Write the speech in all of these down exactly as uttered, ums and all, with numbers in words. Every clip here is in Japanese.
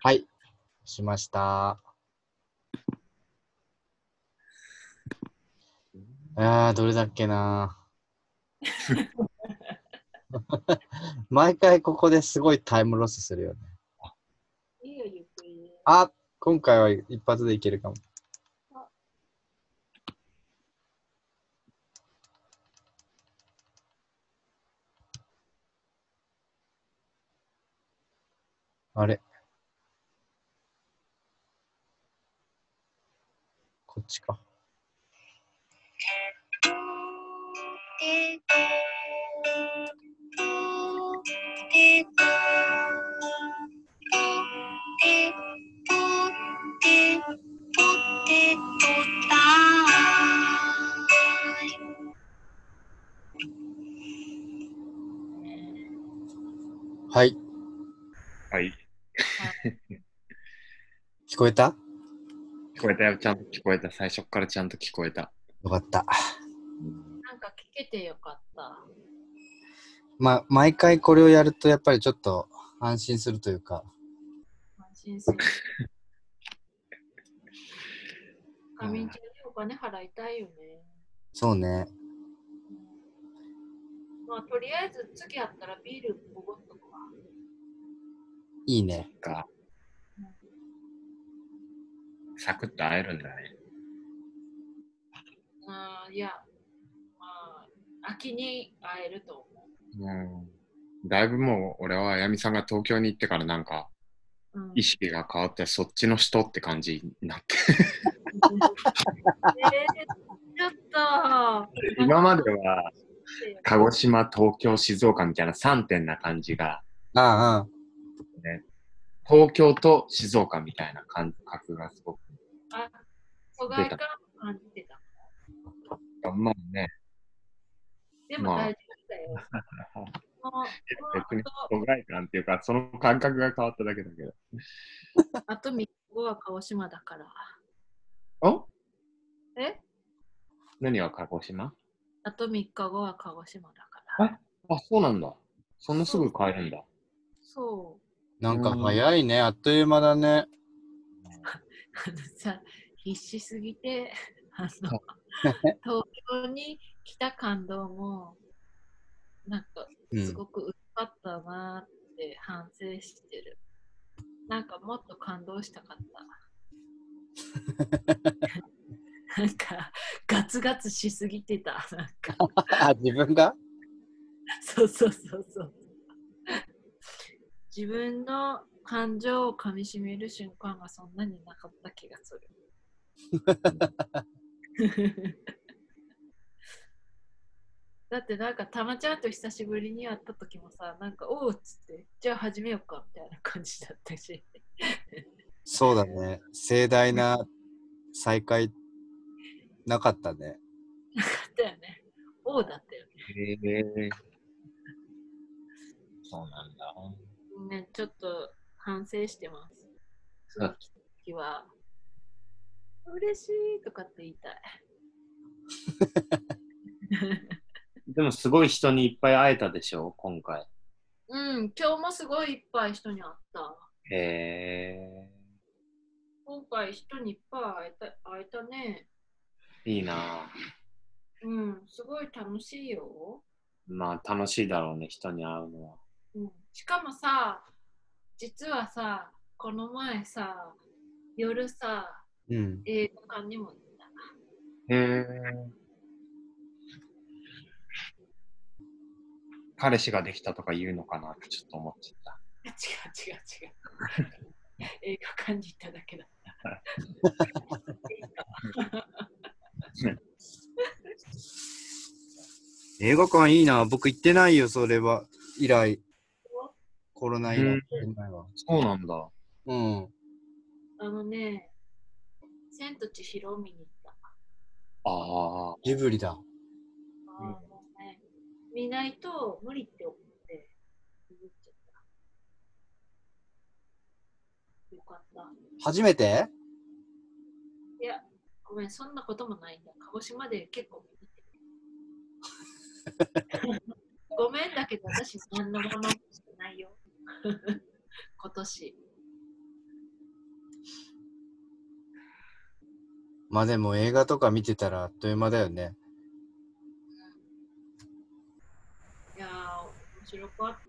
はい、しました。あー、どれだっけな。毎回ここですごいタイムロスするよね。 いいよ、ゆっくりで。 あ、今回は一発でいけるかも。 あ、 あれ、こっちか。はい、 はい。 聞こえた？ 聞こえたよ。ちゃんと聞こえた。最初からちゃんと聞こえた。 よかった。 なんか聞けてよかった。 ま、毎回これをやるとやっぱりちょっと安心するというか。 安心する。かみんちゃんにお金払いたいよね。 そうね。 まあ、とりあえず次やったらビールおごっとくわ。 いいね。 か。サクッと会えるんだね。 あいや、まあ、秋に会えると思うん。だいぶもう俺はあやみさんが東京に行ってからなんかう。うん、 意識が変わってそっちの人って感じになって。 えー、ちょっと、 今までは鹿児島、東京、静岡みたいなさんてんな感じが、 ああ、 ね、東京と静岡みたいな感覚がすごくあ、疎出た。 外感感じてた。 まあね、まあ、 でも大丈夫だよ。もう、もう別にあ疎外感っていうか、その感覚が変わっただけだけど。 と、あとみっかごは鹿児島だから。 おえ何が鹿児島？ あとみっかごは鹿児島だから。 あ、あ、そうなんだ。そんなすそう、 ぐ帰るんだ。 そう。 なんかうん。 早いね。あっという間だね。 あのさ、必死すぎて、あの、東京に来た感動も、なんか、 うん。 すごく薄かったなって反省してる。なんか、もっと感動したかった。なんか、ガツガツしすぎてた。なんか、 あ、自分がそうそうそうそう。自分の感情をかみしめる瞬間がそんなになかった気がする。だってなんかたまちゃんと久しぶりに会った時もさ、なんかおうっつって、じゃあ始めようかみたいな感じだったし。 そうだね。盛大な再会なかったね。 なかったよね。おうだったよへえ、そうなんだ。 ね。ね、ちょっと反省してます。次来た時は、嬉しいとかって言いたい。 でもすごい人にいっぱい会えたでしょ、今回。 うん、今日もすごいいっぱい人に会った。 へえ、 今回人にいっぱい会えた、会えたね。 いいな。 うん、すごい楽しいよ。 まあ楽しいだろうね、人に会うのは。 うん、しかもさ、実はさ、この前さ、夜さ、 うん。 映画館にも行った。 へえ、彼氏ができたとか言うのかなってちょっと思っちゃっ違う違う違う。映画館に行っただけだった。 た。 映画館いいな。僕行ってないよ、それは。以来。コロナ以来行うん、 ってないわ。 そうなんだ。 うん。 あのね、千と千尋を見に行った。 ああ、 ジブリだ。 うん、 あもうね、見ないと無理って思って見に行っちゃった。よかった。 初めていや、ごめん、そんなこともないんだ。鹿児島で結構見に行ってる。ごめんだけど、私、何のものもしてないよ。今年。 まあでも映画とか見てたらあっという間だよね。 いやー、面白かった。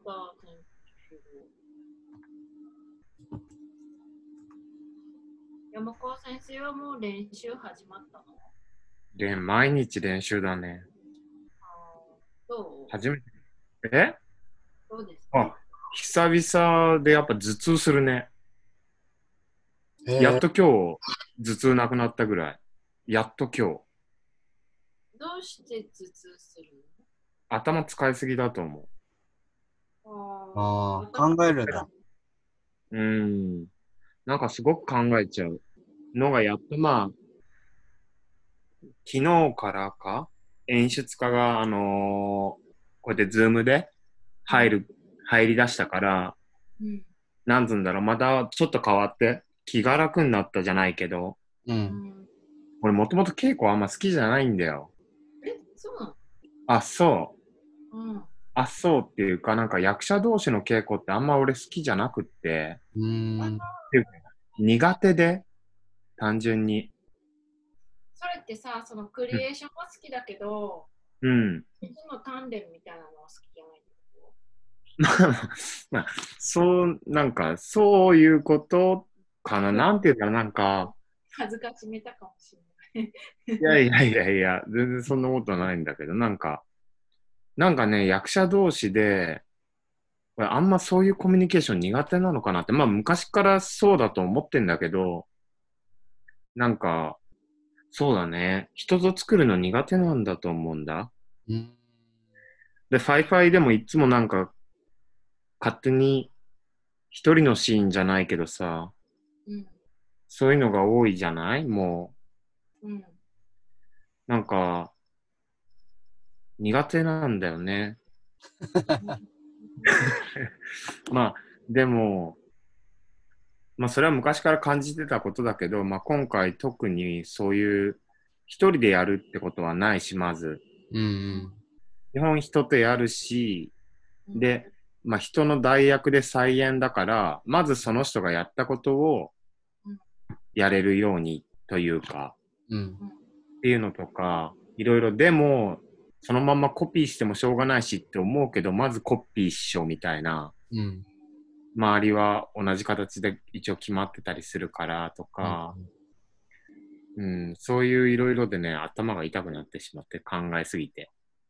山川先生はもう練習始まったの？ で、毎日練習だね。 あーどう初めて。えどうですか？ あ、久々でやっぱ頭痛するね。 えー、 やっと今日、頭痛なくなったぐらい。やっと今日。 どうして頭痛する頭使いすぎだと思の？ ああ、 あー考えるんだ。 う。うーん。なんかすごく考えちゃうのがやっとまあ、昨日からか演出家が、あのーこうやってズームで入る、入り出したから、 うん。 なんつうんだろう、またちょっと変わって気が楽になったじゃないけど、 う。 うんん。 俺もともと稽古あんま好きじゃないんだよ。 え、そうなの？ あ、そう。 うん。 あ、そうっていうか、なんか役者同士の稽古ってあんま俺好きじゃなくって、 うーん。 苦手で、単純に。 それってさ、そのクリエーションは好きだけど、 うん。 いつの鍛錬みたいなのは好きじゃないんだけど。 まあ、そう、なんか、そういうことかな。なんていうんだろう、なんか、 恥ずかしめたかもしれない。 いやいやいやいや、全然そんなことはないんだけど、なんか、なんかね、役者同士で、俺あんまそういうコミュニケーション苦手なのかなって、まあ昔からそうだと思ってんだけど、なんか、そうだね、人と作るの苦手なんだと思うんだ。 うん。 で、ファイファイでもいつもなんか、勝手に一人のシーンじゃないけどさ、 うん。 そういうのが多いじゃないもうん。 う、なんか、苦手なんだよね。まあ、でも、まあ、それは昔から感じてたことだけど、まあ、今回特にそういう一人でやるってことはないし、まず。 うん。 基本人とやるし、 うん。 で、まあ、人の代役で再演だから、まずその人がやったことをうんやれるようにというか、 うん。 っていうのとか、いろいろでも、そのままコピーしてもしょうがないしって思うけど、まずコピーしようみたいな、 うん。 周りは同じ形で一応決まってたりするからとか、うん、そういういろいろでね、頭が痛くなってしまって考えすぎて。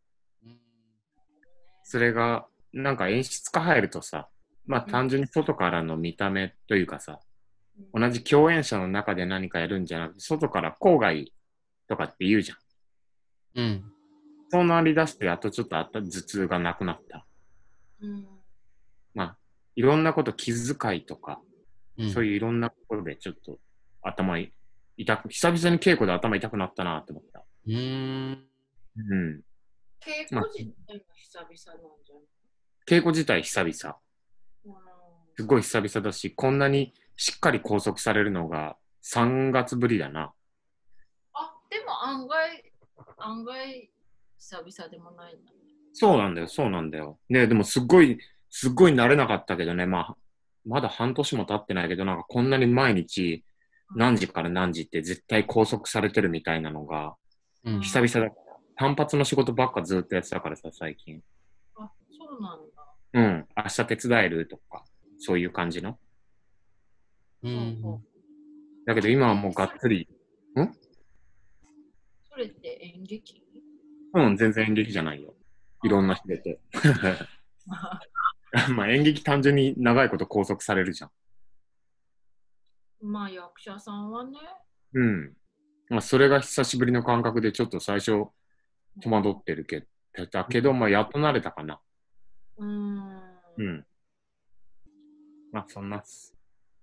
それが、なんか演出家入るとさ、まあ単純に外からの見た目というかさ、同じ共演者の中で何かやるんじゃなくて、外から郊外とかって言うじゃん。 うん。 そうなりだして、あとちょっとあった頭痛がなくなった。 うん。 まあ、いろんなこと、気遣いとか、 うん。 そういういろんなことでちょっと頭痛く、久々に稽古で頭痛くなったなって思った。 うーん。 うん。 稽まあ古自体も久々なんじゃない？ 稽古自体久々。 うん。 すごい久々だし、こんなにしっかり拘束されるのがさんがつぶりだな。 あ、でも案外、案外、久々でもないんだね。 そうなんだよ、そうなんだよ。ね、でもすっごい、すっごい慣れなかったけどね、まあ、まだ半年も経ってないけど、なんかこんなに毎日何時から何時って絶対拘束されてるみたいなのが、 うん。 久々だから。単発の仕事ばっかずっとやってたからさ、最近。 あ、そうなんだ。 うん、明日手伝えるとか、そういう感じの。 う。 ほうほうんだけど今はもうがっつり、んそれって演劇？ うん、全然演劇じゃないよ。いろんな人出て。まあ演劇単純に長いこと拘束されるじゃん。 まあ役者さんはね。 うん。まあそれが久しぶりの感覚でちょっと最初戸惑ってるけど、だけど、まあやっと慣れたかな。 うーん。 うん。まあそんなっす。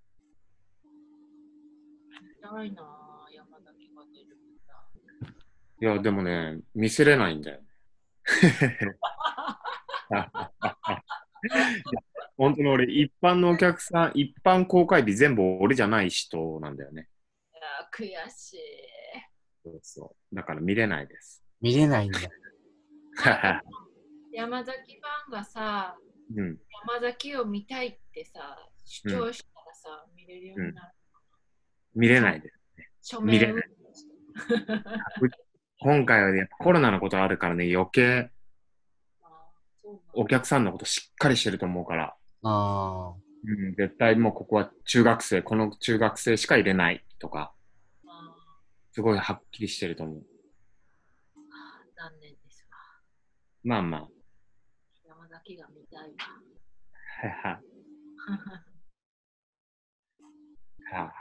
痛いなぁ、山崎が出るんだ。 いや、でもね、見せれないんだよ。本当に俺、一般のお客さん、一般公開日全部俺じゃない人なんだよね。 いやー、悔しい。 そうそう。だから見れないです。 見れないんだ。 山崎ファンがさ、 うん。 山崎を見たいってさ、主張したらさ、見れるようになる。 見れないです。 署見れない。 名運動今回はね、コロナのことあるからね、余計あそうなんお客さんのことしっかりしてると思うから、 あうん、絶対もうここは中学生、この中学生しか入れないとか、 あすごいはっきりしてると思う。 あ残念ですわ。 まあまあ。 山崎が見たいわ。 ははは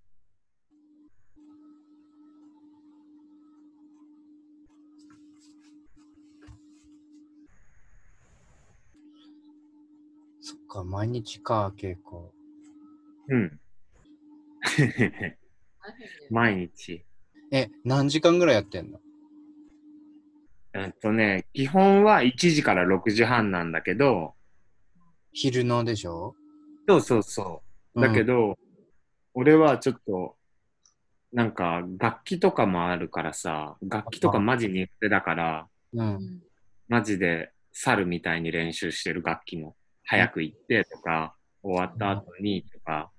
そっか、毎日か、稽古。 うん。 大変だよ毎日。 え、何時間ぐらいやってんの？ えっとね、基本はいちじからろくじはんなんだけど、 昼のでしょ？ そうそうそう。だうん。 けど、俺はちょっと、なんか楽器とかもあるからさ、楽器とかマジ苦手だから、 う。 うんんマジで猿みたいに練習してる楽器の。早く行ってとか、終わった後にとか。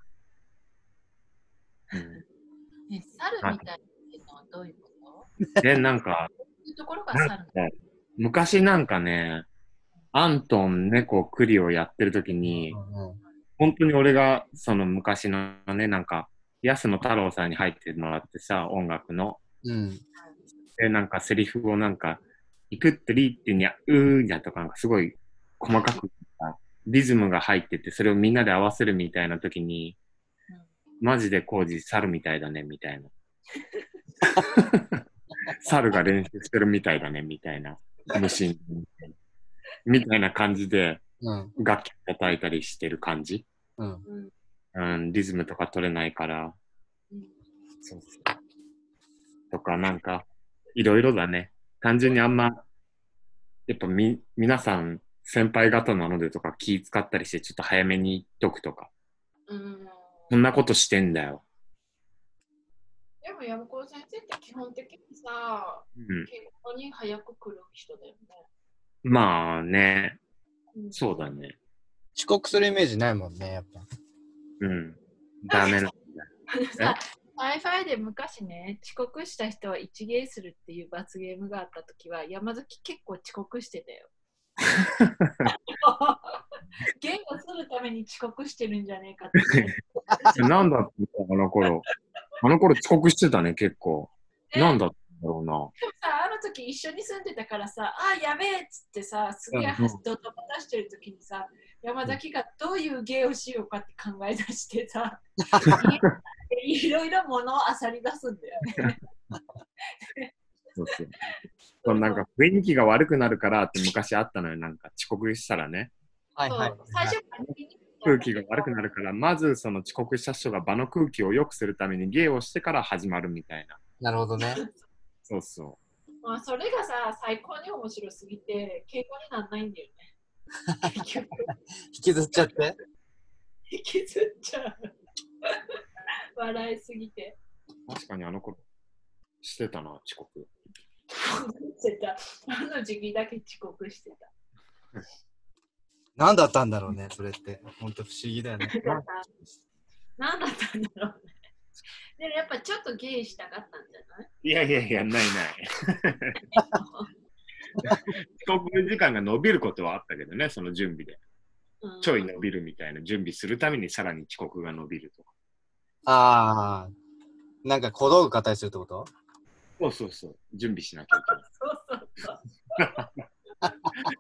うんね、猿みたいっていうのはどういうことで、なんか、 どういうところがなん猿か昔なんかね、アントン、猫、クリをやってる時に、 うんうん本当に俺が、その昔のね、なんか、安野太郎さんに入ってもらってさ、音楽の。 うんで、なんかセリフをなんか、いくってりってにゃ、うーにゃとか、なんかすごい細かく、リズムが入ってて、それをみんなで合わせるみたいな時に、マジでコージ猿みたいだね、みたいな。猿が練習してるみたいだね、みたいな。虫みたいな感じで、 うん楽器叩いたりしてる感じ。 うんうんうん、リズムとか取れないから。 うんそうそう。とか、なんか、いろいろだね。単純にあんま、やっぱみ、皆さん、先輩方なのでとか気使ったりして、ちょっと早めに言っとくとか。 うんこんなことしてんだよ。 でも山子先生って基本的にさ、 うん。 結構に早く来る人だよね。 まあね、 うんそうだね。 遅刻するイメージないもんね、やっぱ。 うん。ダメなんだ。 あのさ、Wi-Fi で昔ね、遅刻した人は一芸するっていう罰ゲームがあったときは、山崎結構遅刻してたよ。ゲームするために遅刻してるんじゃねえかって。 なんだったのあの頃。あの頃遅刻してたね、結構。 ねなんだったんだろうな。 でもさ、あの時一緒に住んでたからさ、あ、やべえっつってさ、すげえうんドタバタしてる時にさ、山崎がどういう芸をしようかって考え出してさ、いいろいろ物を漁り出すんだよね。 そうそう。そうなんか雰囲気が悪くなるからって昔あったのよ。なんか遅刻したらね。 そうはいはい。 最初から空気が悪くなるから、まずその遅刻した人が場の空気を良くするために芸をしてから始まるみたいな。 なるほどね。 そうそまあ、それがさ、最高に面白すぎて、敬語にならないんだよね。結局、 引きずっちゃって。 引きずっちゃう。笑いすぎて。 う。確かにあの頃してたな、遅刻。 してた。あの時期だけ遅刻してた。 何だったんだろうね、それって。ほんと不思議だよね。 何だったんだろうね。でもやっぱちょっとゲイしたかったんじゃないいやいやいや、ないない。遅刻時間が伸びることはあったけどね、その準備で。 うんちょい伸びるみたいな準備するためにさらに遅刻が伸びるとか。 ああ。なんか小道具買ったりするってこと？ そうそうそう。準備しなきゃいけない。 そうそう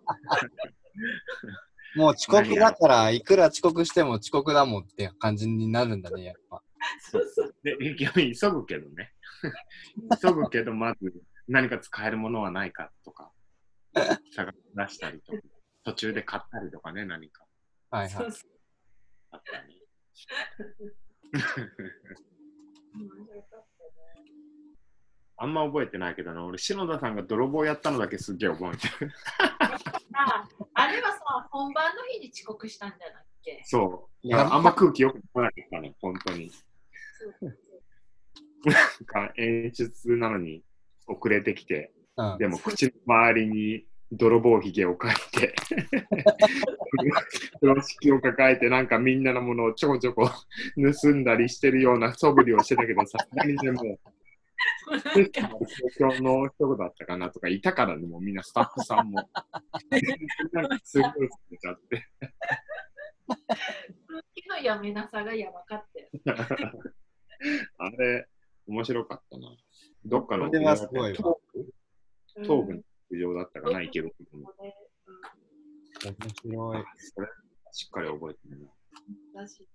そう。 もう遅刻だから、いくら遅刻しても遅刻だもんって感じになるんだね、やっぱ。 そうそうで、急ぐけどね。急ぐけど、まず何か使えるものはないかとか、探し出したりとか、途中で買ったりとかね、何かはいはい。 そうそうあったね。 面白かったねあんま覚えてないけどな、俺、篠田さんが泥棒やったのだけすっげえ覚えてる。 ああれはさ、本番の日に遅刻したんじゃなっけそう。だからあんま空気よく来なかったね、本当に。 そうなんか演出なのに遅れてきて、 うん、 でも口の周りに泥棒ひげを描いて、風呂敷を抱えて、なんかみんなのものをちょこちょこ盗んだりしてるような素振りをしてたけど、さすがにでも、 東京の人だったかなとかいたからね、もうみんなスタッフさんも。なんかすごい捨てちゃって。 空気のやめなさがやばかったよ。 あれ、面白かったな。どっかのこれはすごいわ東部東部の屋上だったかな、池袋の。 面白い。 それ、しっかり覚えてるな。 だし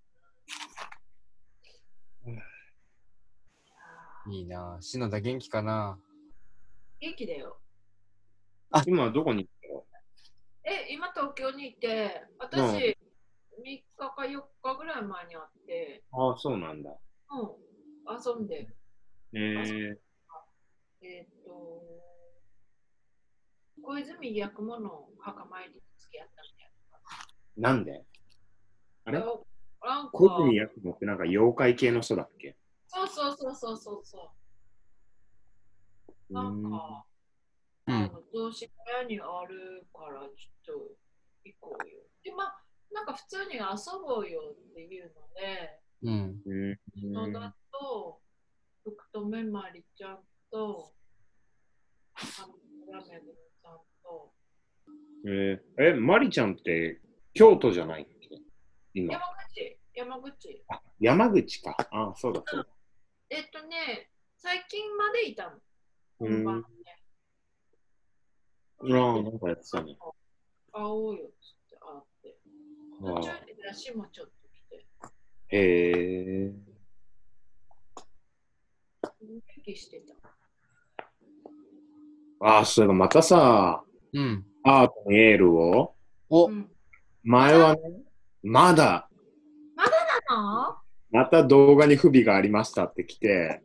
いいな。篠田元気かな。 元気だよ。 今どこに行ったの？ え、今東京にいて、 うん私、みっかかよっかぐらい前に会って、 ああ、そうなんだ。 うん、遊んで、 えー、 えっ、と、小泉八雲の墓参りに付き合ったみたいなんであれな。なんか、 小泉八雲ってなんか妖怪系の人だっけ？ そうそうそうそうそうそう。なんか、 うん。 あの、雑司小屋にあるからちょっと行こうよ。で、まあ、なんか普通に遊ぼうよっていうので、 うん。 うん。 野田と、福留まりちゃんと、あの、村めぐみさんと、 えー、え、マリちゃんって京都じゃないっけ今。 山口、山口。 あ、山口か。あ、そうだそうだ。 えっとね、最近までいたの。 うん本番で。 ああ、なんかやってたね。 会おうよっつって会って。途あ中で出しもちょっと来て。 へえ。 元気してた。 ああ、そういえばまたさ、 うん。 アートにエールを、 お、 うん、 前はね、まだ、 まだなの？ また動画に不備がありましたって来て、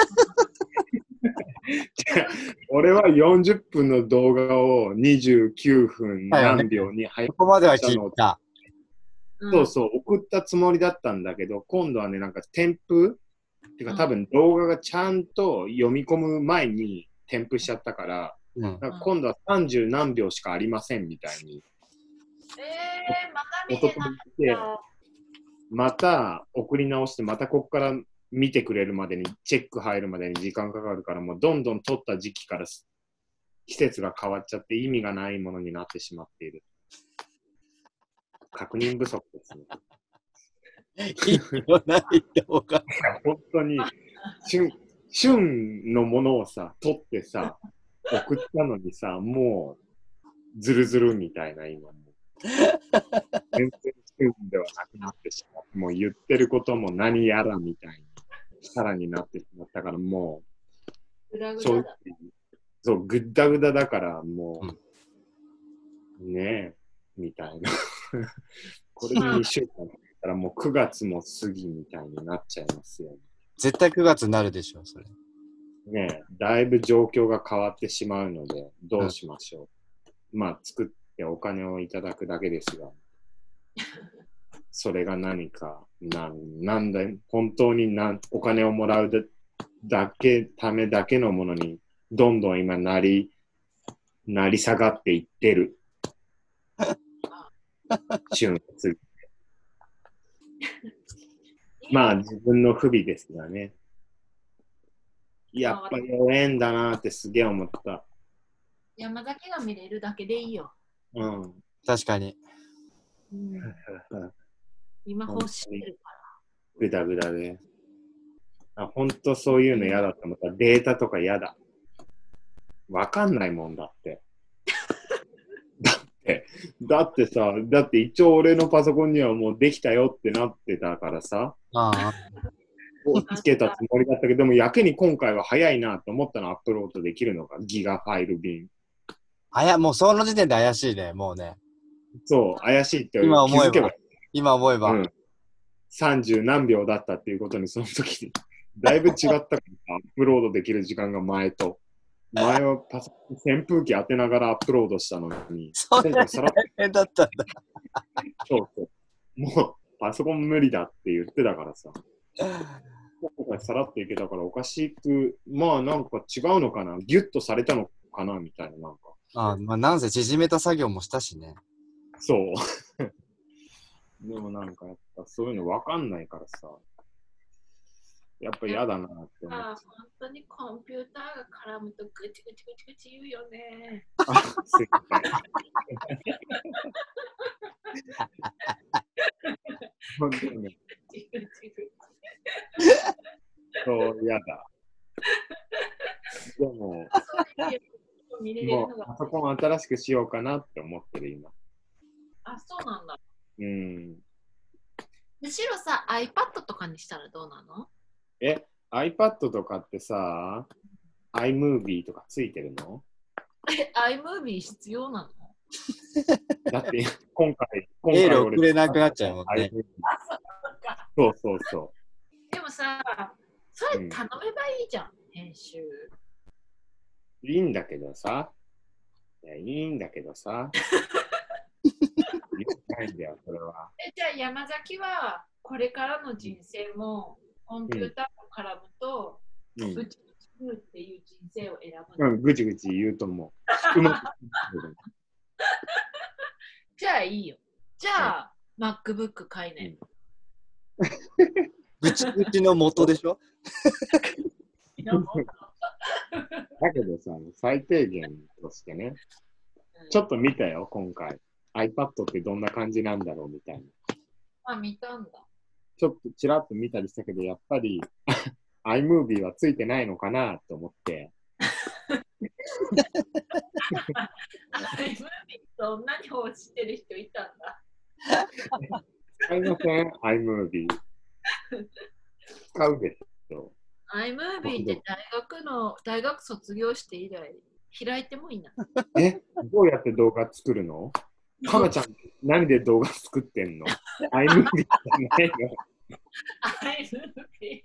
俺はよんじゅっぷんの動画をにじゅうきゅうふんだよね何秒に配ここまでは信したのを、 聞いた。 そうそう、送ったつもりだったんだけど、今度はね、なんか添付っていうか多分動画がちゃんと読み込む前に添付しちゃったから、 うん。 なんか今度はさんじゅう何秒しかありませんみたいに。 えー、また見音てなかっでた。 また送り直して、またここから見てくれるまでに、チェック入るまでに時間かかるから、もうどんどん撮った時期から季節が変わっちゃって意味がないものになってしまっている。確認不足ですね。 いいよない動画。 本当に旬、旬のものをさ、撮ってさ、送ったのにさ、もうズルズルみたいな今も。全然旬ではなくなってしまって、もう言ってることも何やらみたいに、さらになってしまったからもグラう、正直グラだ。 そう、ぐったぐだだからもう、 うんねえ、みたいな。これでにしゅうかん経ったらもうくがつも過ぎみたいになっちゃいますよね。 絶対くがつになるでしょ、それ。 ねえ、だいぶ状況が変わってしまうので、どうしましょう。うん、まあ、作ってお金をいただくだけですが、それが何か、ななんだ、本当になんお金をもらうだだけ、ためだけのものに、どんどん今なり、なり下がっていってる。瞬間まあ、自分の不備ですがね。やっぱり弱えんだなってすげえ思った。 山崎が見れるだけでいいよ。 うん。 確かに。 うん、今欲してるから。 ぐだぐだで。あ、ほんとそういうの嫌だと思った。データとか嫌だ。わかんないもんだって。だって、だってさ、だって一応俺のパソコンにはもうできたよってなってたからさ、 ああ。 つけたつもりだったけど、でもやけに今回は早いなと思ったのアップロードできるのがギガファイル便。 あや、もうその時点で怪しいね、もうね。 そう、怪しいって気今思えばづけば。 今思えば。 うん。さんじゅう何秒だったっていうことにその時に、だいぶ違ったからさ、アップロードできる時間が前と。前はパソコン扇風機当てながらアップロードしたのに、 そんな今回さらっ大変だったんだ。 そうそう。もうパソコン無理だって言ってたからさ。今回さらっといけたからおかしく、まあなんか違うのかな、ギュッとされたのかなみたいな、なんか。 ああ、まあなんせ縮めた作業もしたしね。 そう。でもなんかやっぱそういうのわかんないからさ。 やっぱ嫌だなって思って。 あ、本当にコンピューターが絡むとぐちぐちぐちぐち言うよね。 あ、すいません。本当にね。そう嫌だ。でも、もうパソコン新しくしようかなって思ってる今。 あ、そうなんだ。 うん。 むしろさ、iPad とかにしたらどうなの？ え、iPad とかってさ、iMovie とかついてるの？ え、iMovie 必要なの？ だって今回、今回エール送れなくなっちゃうもんね。 そうそうそう。 でもさ、それ頼めばいいじゃん、うん、編集。 いいんだけどさ。いや、いいんだけどさ。ないんだよ、それは。 え、じゃあ山崎はこれからの人生もコンピューターと絡むと、うん、ぐちぐち言うっていう人生を選ぶ。 うん、ぐちぐち言うと思う。うまくじゃあいいよ。じゃあ、うん、MacBook 買いね。 ぐちぐちの元でしょだけどさ、最低限としてね、うん、ちょっと見たよ、今回。iPad ってどんな感じなんだろうみたいな。 あ、見たんだ。 ちょっとちらっと見たりしたけど、やっぱりiMovie はついてないのかなと思って。 iMovie そんなに欲してる人いたんだ。 使いません iMovie。使うでしょ。 iMovie って大学の、大学卒業して以来、開いてもいいな。 え、どうやって動画作るの？かなちゃん、何で動画作ってんの？ iMovie じゃないの？ iMovie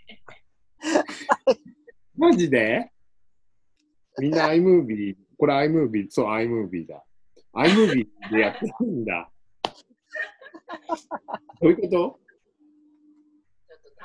マジで？みんな iMovie、これ iMovie、そう iMovie だ。iMovie でやってるんだ。どういうこと？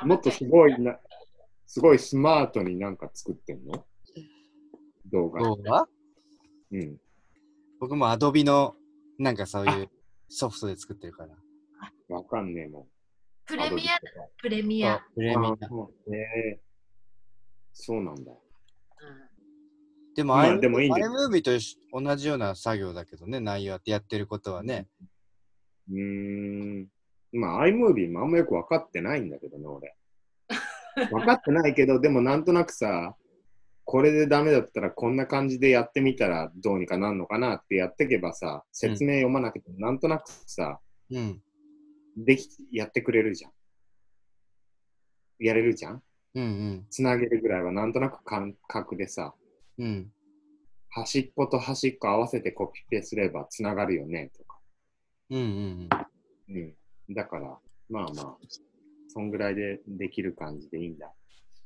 もっとすごいな、すごいスマートになんか作ってんの？動画。 動画？ うん。 僕も Adobe のなんかそういうソフトで作ってるから。 わかんねえもん。 プレミア、プレミア。 プレミア。 えー、そうなんだ。 うん、でも、まあ、でもいいんだよ。iMovie と同じような作業だけどね、内容ってやってることはね。 うーん。まあ、iMovie もあんまよく分かってないんだけどね、俺。分かってないけど、でもなんとなくさ、これでダメだったらこんな感じでやってみたらどうにかなるのかなってやっていけばさ、説明読まなくてもなんとなくさ、 うん、 でき、やってくれるじゃん。やれるじゃん。 うんうん。 つなげるぐらいはなんとなく感覚でさ、 うん、 端っこと端っこ合わせてコピペすればつながるよねとか。 うんうんうん。うん。だから、まあまあ、そんぐらいでできる感じでいいんだ。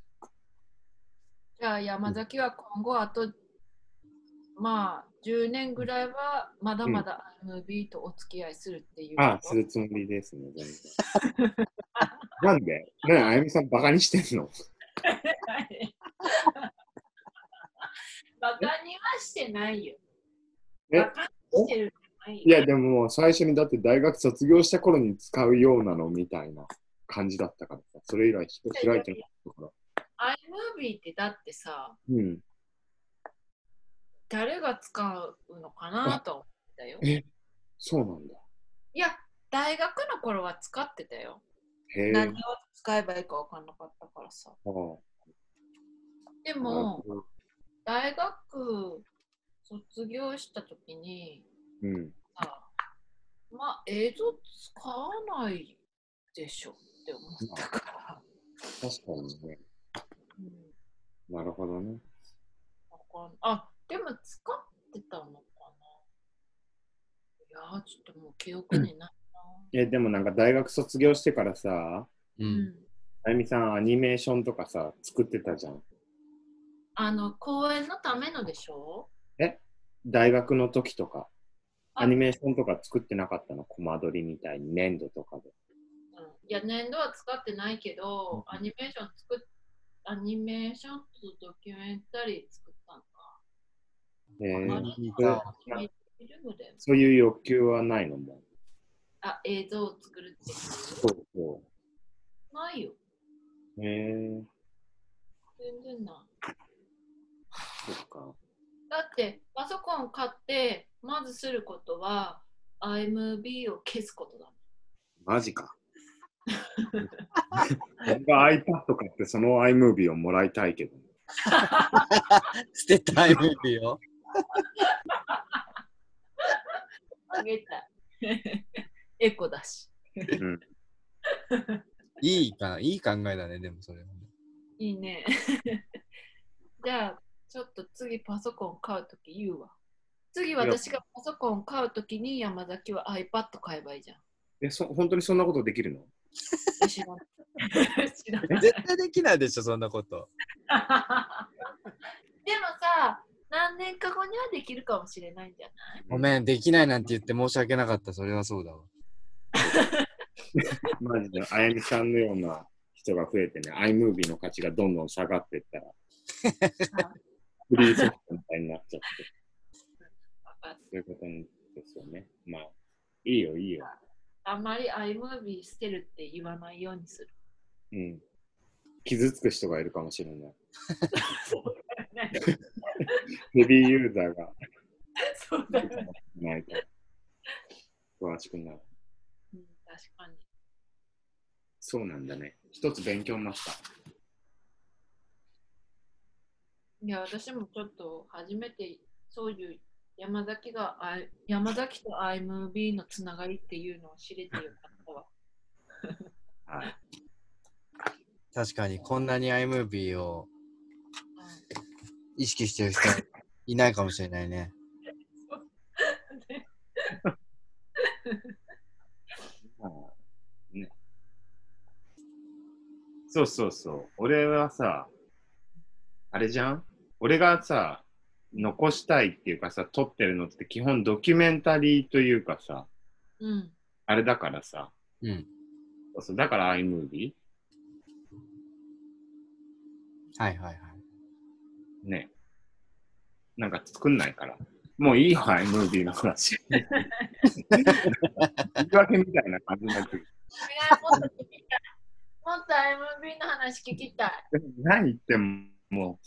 じゃあ山崎は今後あと、まあじゅうねんぐらいはまだまだ iMovie とお付き合いするっていう、 うん。ああ、するつもりですね、全然。なんでねえ、あやみさんバカにしてんの？ バカにはしてないよ。バカにしてるじゃないよ。 いや、でも最初にだって大学卒業した頃に使うようなのみたいな感じだったからさ、それ以来人開いてなかったから。 iMovie ってだってさ、 うん、 誰が使うのかなと思ったよ。 え、そうなんだ。 いや、大学の頃は使ってたよ。 へ何を使えばいいか分かんなかったからさ。 ああ、 でも、大学卒業した時に、 うん、 さ、まあ映像使わないでしょって思ったから。 確かにね。うん、なるほどね。 あ、でも使ってたのかな。いや、ちょっともう記憶にないな。 え、でもなんか大学卒業してからさ、 うん。 あゆみさんアニメーションとかさ、作ってたじゃん。 あの、公演のためのでしょ？ え、大学の時とか、アニメーションとか作ってなかったの？コマ撮りみたいに粘土とかで。 うん、いや、粘土は使ってないけど、うん、アニメーション作っ、アニメーションとドキュメンタリー作ったのか。 えー、 そそういう欲求はないのも。 あ、映像を作るって。 そうそう。 ないよ。 へえー。 全然な。 そっか。 だってパソコン買ってまずすることは iMovie を消すことだ。 マジか。僕が iPad 買ってその iMovie をもらいたいけど。 捨てた iMovie を。 あげたい。エコだし。 うん、 いいかな、いい考えだね、でもそれ。 いいね。じゃあ、ちょっと次パソコン買うとき言うわ。次私がパソコン買うときに山崎は iPad 買えばいいじゃん。 え、そ本当にそんなことできるの？ 知らない。知らない。 絶対できないでしょ、そんなこと。 でもさ、何年か後にはできるかもしれないんじゃない？ ごめん、できないなんて言って申し訳なかった。それはそうだわ。 マジで、あやみさんのような人が増えてね、iMovie の価値がどんどん下がっていったら、フリーソフトみたいになっちゃって。そういうことですよね。まあ、いいよ、いいよ。 あんまり iMovie 捨てるって言わないようにする。 うん。傷つく人がいるかもしれない。ヘビーユーザーが。 そうだね。 ないと。詳しくなる。 うん、確かに。 そうなんだね。一つ勉強になった。 いや、私もちょっと初めてそういう山崎が、山崎と iMovie のつながりっていうのを知れてよかったわ。 はい。 確かに、こんなに iMovie を意識してる人いないかもしれないね。 ね、そうそうそう。俺はさ、あれじゃん？俺がさ、残したいっていうかさ、撮ってるのって基本ドキュメンタリーというかさ、 うん、 あれだからさ、 うん。 そうそうだから iMovie？ はいはいはい。 ね。なんか作んないから。もういいよ、iMovie の話。言い訳みたいな感じになってる。 もっと聞きたい。もっと iMovie の話聞きたい。 何言っても、もう。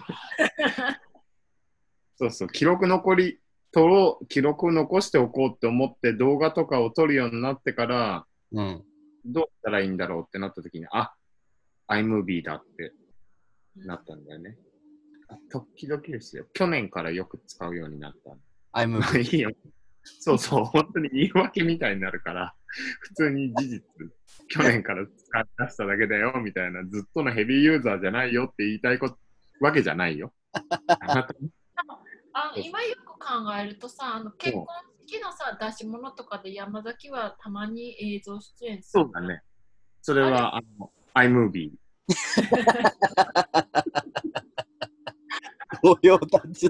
そうそう、記録残り、撮ろう、記録を残しておこうって思って動画とかを撮るようになってから、 うん。 どうしたらいいんだろうってなった時に、あ、iMovie だってなったんだよね。時々ですよ。去年からよく使うようになった。 iMovie。 いいよ。そうそう、本当に言い訳みたいになるから、普通に事実、去年から使い出しただけだよ、みたいな、ずっとのヘビーユーザーじゃないよって言いたいこわけじゃないよ。 あ今よく考えるとさ、あの結婚式のさ出し物とかで山崎はたまに映像出演する。 そうだね。それは、あの、iMovie。 同様たち。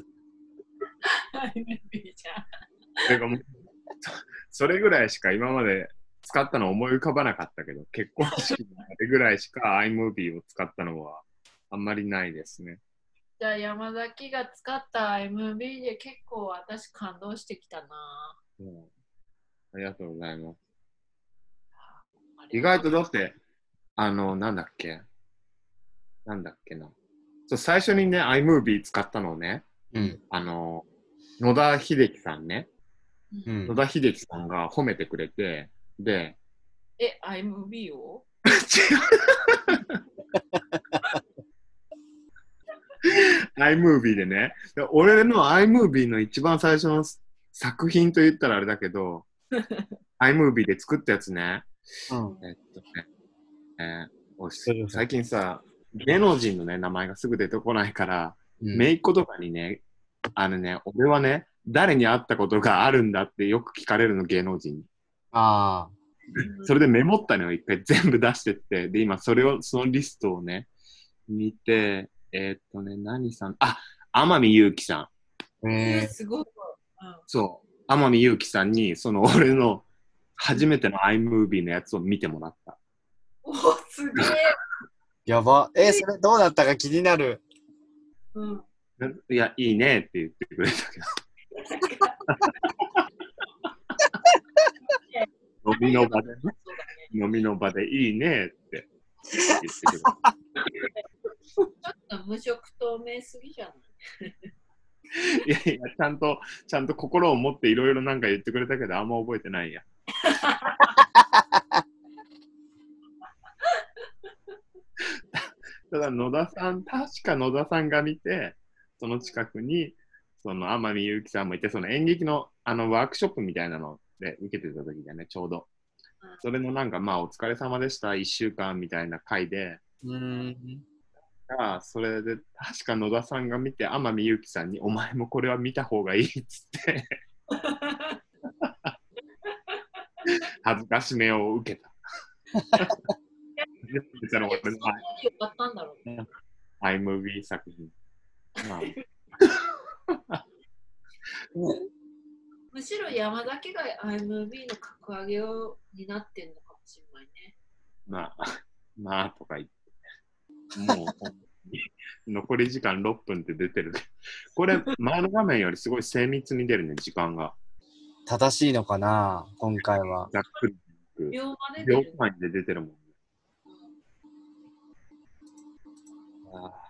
それがもうそれぐらいしか今まで使ったの思い浮かばなかったけど、結婚式のあれぐらいしか iMovie を使ったのはあんまりないですね。 じゃあ山崎が使った iMovie で結構私感動してきたな。 うん、ありがとうございます。意外とだって、あの、なんだっけなんだっけな。そう最初にね、iMovie 使ったのをね、 うん、 あの、野田秀樹さんね、 うん、 野田秀樹さんが褒めてくれて、で、 え、iMovie を違う。iMovie でね、俺の iMovie の一番最初の作品と言ったらあれだけど、iMovie で作ったやつね、 うん、 えっとね、えー、最近さ、芸能人のね、名前がすぐ出てこないから、うん、姪っ子とかにね、あのね、俺はね、誰に会ったことがあるんだってよく聞かれるの、芸能人に。 ああ。 それでメモったのを一回全部出してって、で、今それを、そのリストをね、見て、えー、っとね、何さん、あ、天海祐希さん。えー、すごい。うん、 そう、天海祐希さんに、その俺の初めての iMovie のやつを見てもらった。 おー、すげえ。 やば。えー、それどうだったか気になる。 うん。 いや、いいねって言ってくれたけど。飲みの場でね、飲みの場でいいねって言ってくれた。 ちょっと無色透明すぎじゃない？ いやいや、ちゃんと、ちゃんと心を持っていろいろなんか言ってくれたけど、あんま覚えてないや。ただ野田さん、確か野田さんが見て、その近くに、その天海祐希さんもいて、その演劇のあのワークショップみたいなので受けてた時だね、ちょうど。それのなんか、まあ、お疲れ様でした、いっしゅうかんみたいな回で、 うーん。 あそれで、確か野田さんが見て、天海祐希さんに、お前もこれは見た方がいいっつって、恥ずかしめを受けた。その俺のよかったんだろうね。 iMovie 作品。まあ、 むしろ山崎が iMovie の格上げをになってんのかもしれないね。 まあ、まあとか言って、もう残り時間ろっぷんって出てる。これ、前の画面よりすごい精密に出るね、時間が。 正しいのかな、今回は。 ざっくり。 秒まで出秒る。 単位で出てるもんね。ああ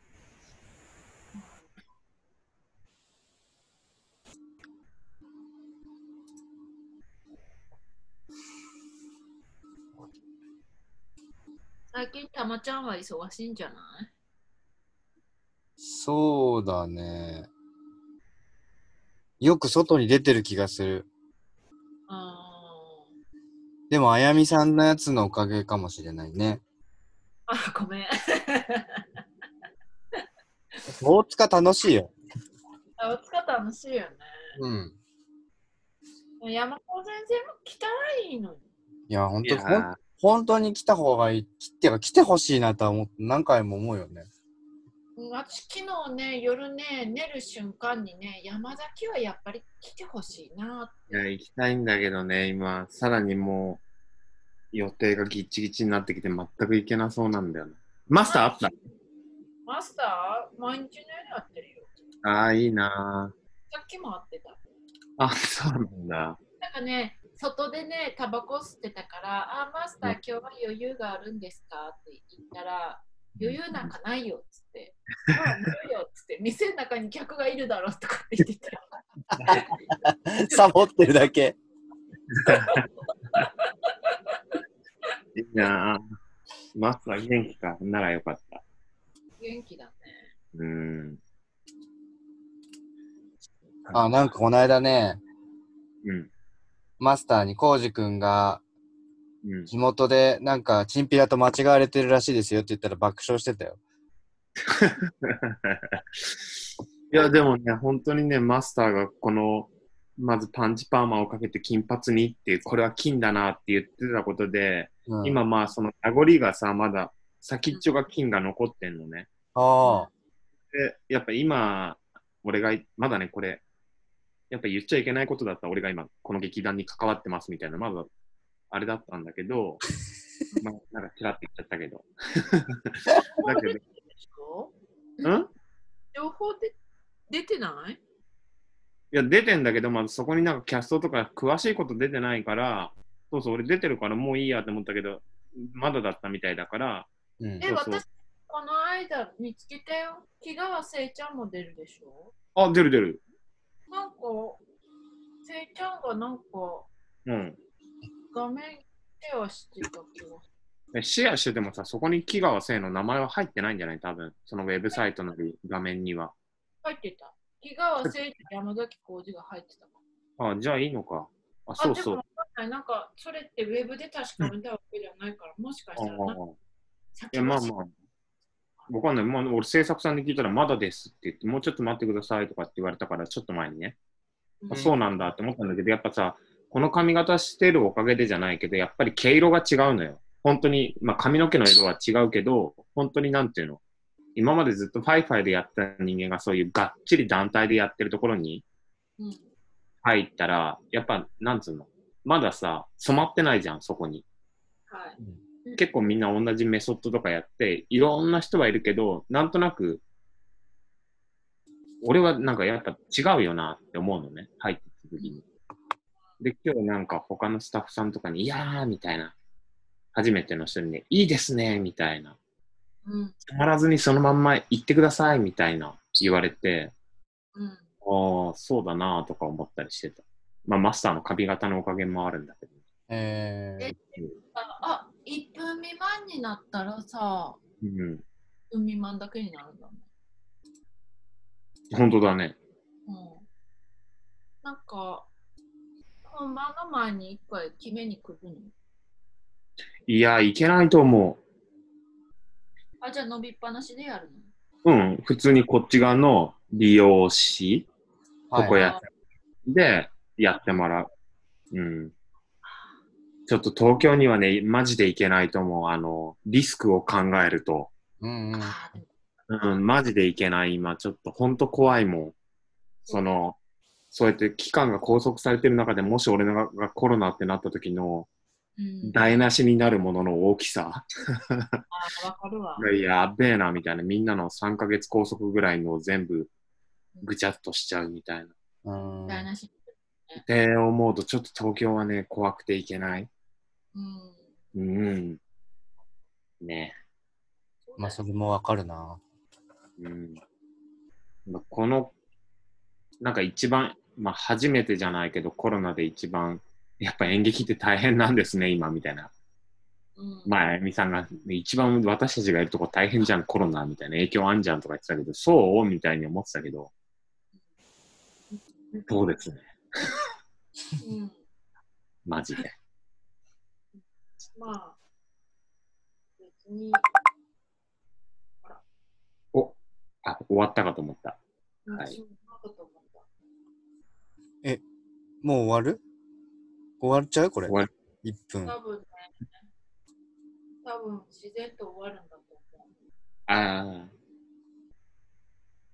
最近たまちゃんは忙しいんじゃない？ そうだね。よく外に出てる気がする。 あでも、あやみさんのやつのおかげかもしれないね。 あ、ごめん。 大塚楽しいよ。 大塚楽しいよね。 うん。 山子先生も来たらいいのに。 いや、本い当ほんや本当に来た方がいい。きってか来てほしいなとは思って何回も思うよね。 うん私、昨日ね、夜ね、寝る瞬間にね、山崎はやっぱり来てほしいなって。 いや、行きたいんだけどね、今、さらにもう予定がギッチギチになってきて、全く行けなそうなんだよね。マスターあった？ マスター、毎日のように会ってるよ。 ああ、いいなさっきも会ってた。 あ。あ、そうなんだ。 なんかね、外でね、タバコ吸ってたから、あ、マスター、今日は余裕があるんですかって言ったら、余裕なんかないよっつって、あ、ないよっつって、店の中に客がいるだろうとかって言ってた。 サボってるだけ。 いいなマスター元気か。ならよかった。 元気だね。 うーん。 あ、なんかこの間ね、 うん。 マスターにコウジ君がうん。 地元でなんかチンピラと間違われてるらしいですよって言ったら爆笑してたよ。 いや、でもね、本当にね、マスターがこの、まずパンチパーマをかけて金髪にっていう、これは金だなって言ってたことで、 うん、 今まあその名残がさ、まだ先っちょが金が残ってんのね。 ああ、 で、やっぱ今、俺が、まだね、これ、やっぱ言っちゃいけないことだったら俺が今この劇団に関わってますみたいな、まだあれだったんだけど、まあなんかちらっと言っちゃったけど。だけど、ん情報で出てない？ いや、出てんだけど、まあ、そこになんかキャストとか詳しいこと出てないから、そうそう、俺出てるからもういいやって思ったけど、まだだったみたいだから、 うん、 え、 そうそう私、この間見つけたよ。木川せいちゃんも出るでしょ？ あ、出る出る。 なんか、せいちゃんがなんか、 うん。 画面シェアしてた気がすえシェアしててもさ、そこに木川聖の名前は入ってないんじゃない多分。そのウェブサイトの画面には。 る。入ってた。木川せいちゃん、山崎浩二が入ってたかあ、じゃあいいのか。あ、 あ、 そうそう。 でもわかんない。なんか、それってウェブで確かめたわけじゃないから、もしかしたらなんかああい先や、まあ走まあ。わかんない。まあ、俺、制作さんに聞いたら、まだですって言って、もうちょっと待ってくださいとかって言われたから、ちょっと前にね。 うんあそうなんだって思ったんだけど、やっぱさ、この髪型してるおかげでじゃないけど、やっぱり毛色が違うのよ。本当に、まあ髪の毛の色は違うけど、本当になんていうの、今までずっとファイファイでやった人間がそういうがっちり団体でやってるところにうん入ったら、やっぱ、なんつうの、まださ、染まってないじゃん、そこに。 はい。 結構みんな同じメソッドとかやって、いろんな人はいるけど、なんとなく、俺はなんかやっぱ違うよなって思うのね、入ってきた時に。で、今日なんか他のスタッフさんとかに、いやーみたいな、初めての人にね、いいですねみたいな。 うん。 止まらずにそのまんま行ってくださいみたいな言われて、 うん。 ああ、そうだなとか思ったりしてた。まあ、マスターの髪型のおかげもあるんだけど。 えあ、いっぷん未満になったらさ、 うん。 海満だけになるんだね。 本当だね。 うん。なんか、本番の前に一回決めに来るの。 いや、いけないと思あ、じゃあ伸びっぱなしでやるの。 う。うん。普通にこっち側の美容師、 ー、はい床屋あでやってもらう。うん。ちょっと東京にはね、マジで行けないと思う。あの、リスクを考えると。 うんうん。 あー、でもうん、マジで行けない。今、ちょっと本当怖いもん。その、そうやって期間が拘束されてる中でもし俺ががコロナってなった時のうん、 台無しになるものの大きさ。 あー、わかるわ。 やっべえな、みたいな。みんなのさんかげつ拘束ぐらいの全部ぐちゃっとしちゃうみたいな。 うん台無し。 って思うと、ちょっと東京はね、怖くていけない。 うん。 うん。ね。 まあ、それもわかるな。 うん。まあこの、なんか一番、まあ初めてじゃないけど、コロナで一番、やっぱ演劇って大変なんですね、今、みたいな。 うん、 まあ、あやみさんが、一番私たちがいるとこ大変じゃん、コロナみたいな影響あんじゃんとか言ってたけど、そうみたいに思ってたけど、そうですね。 うん。 マジで。 まあ、別に、 お、あ、終わったかと思った。はいうん、そうなこと思った。 もう終わる終わっちゃうこれ。 終わる。 いっぷん。 多分ね、多分自然と終わるんだと思う。 ああ。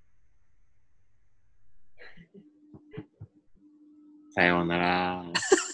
さようなら。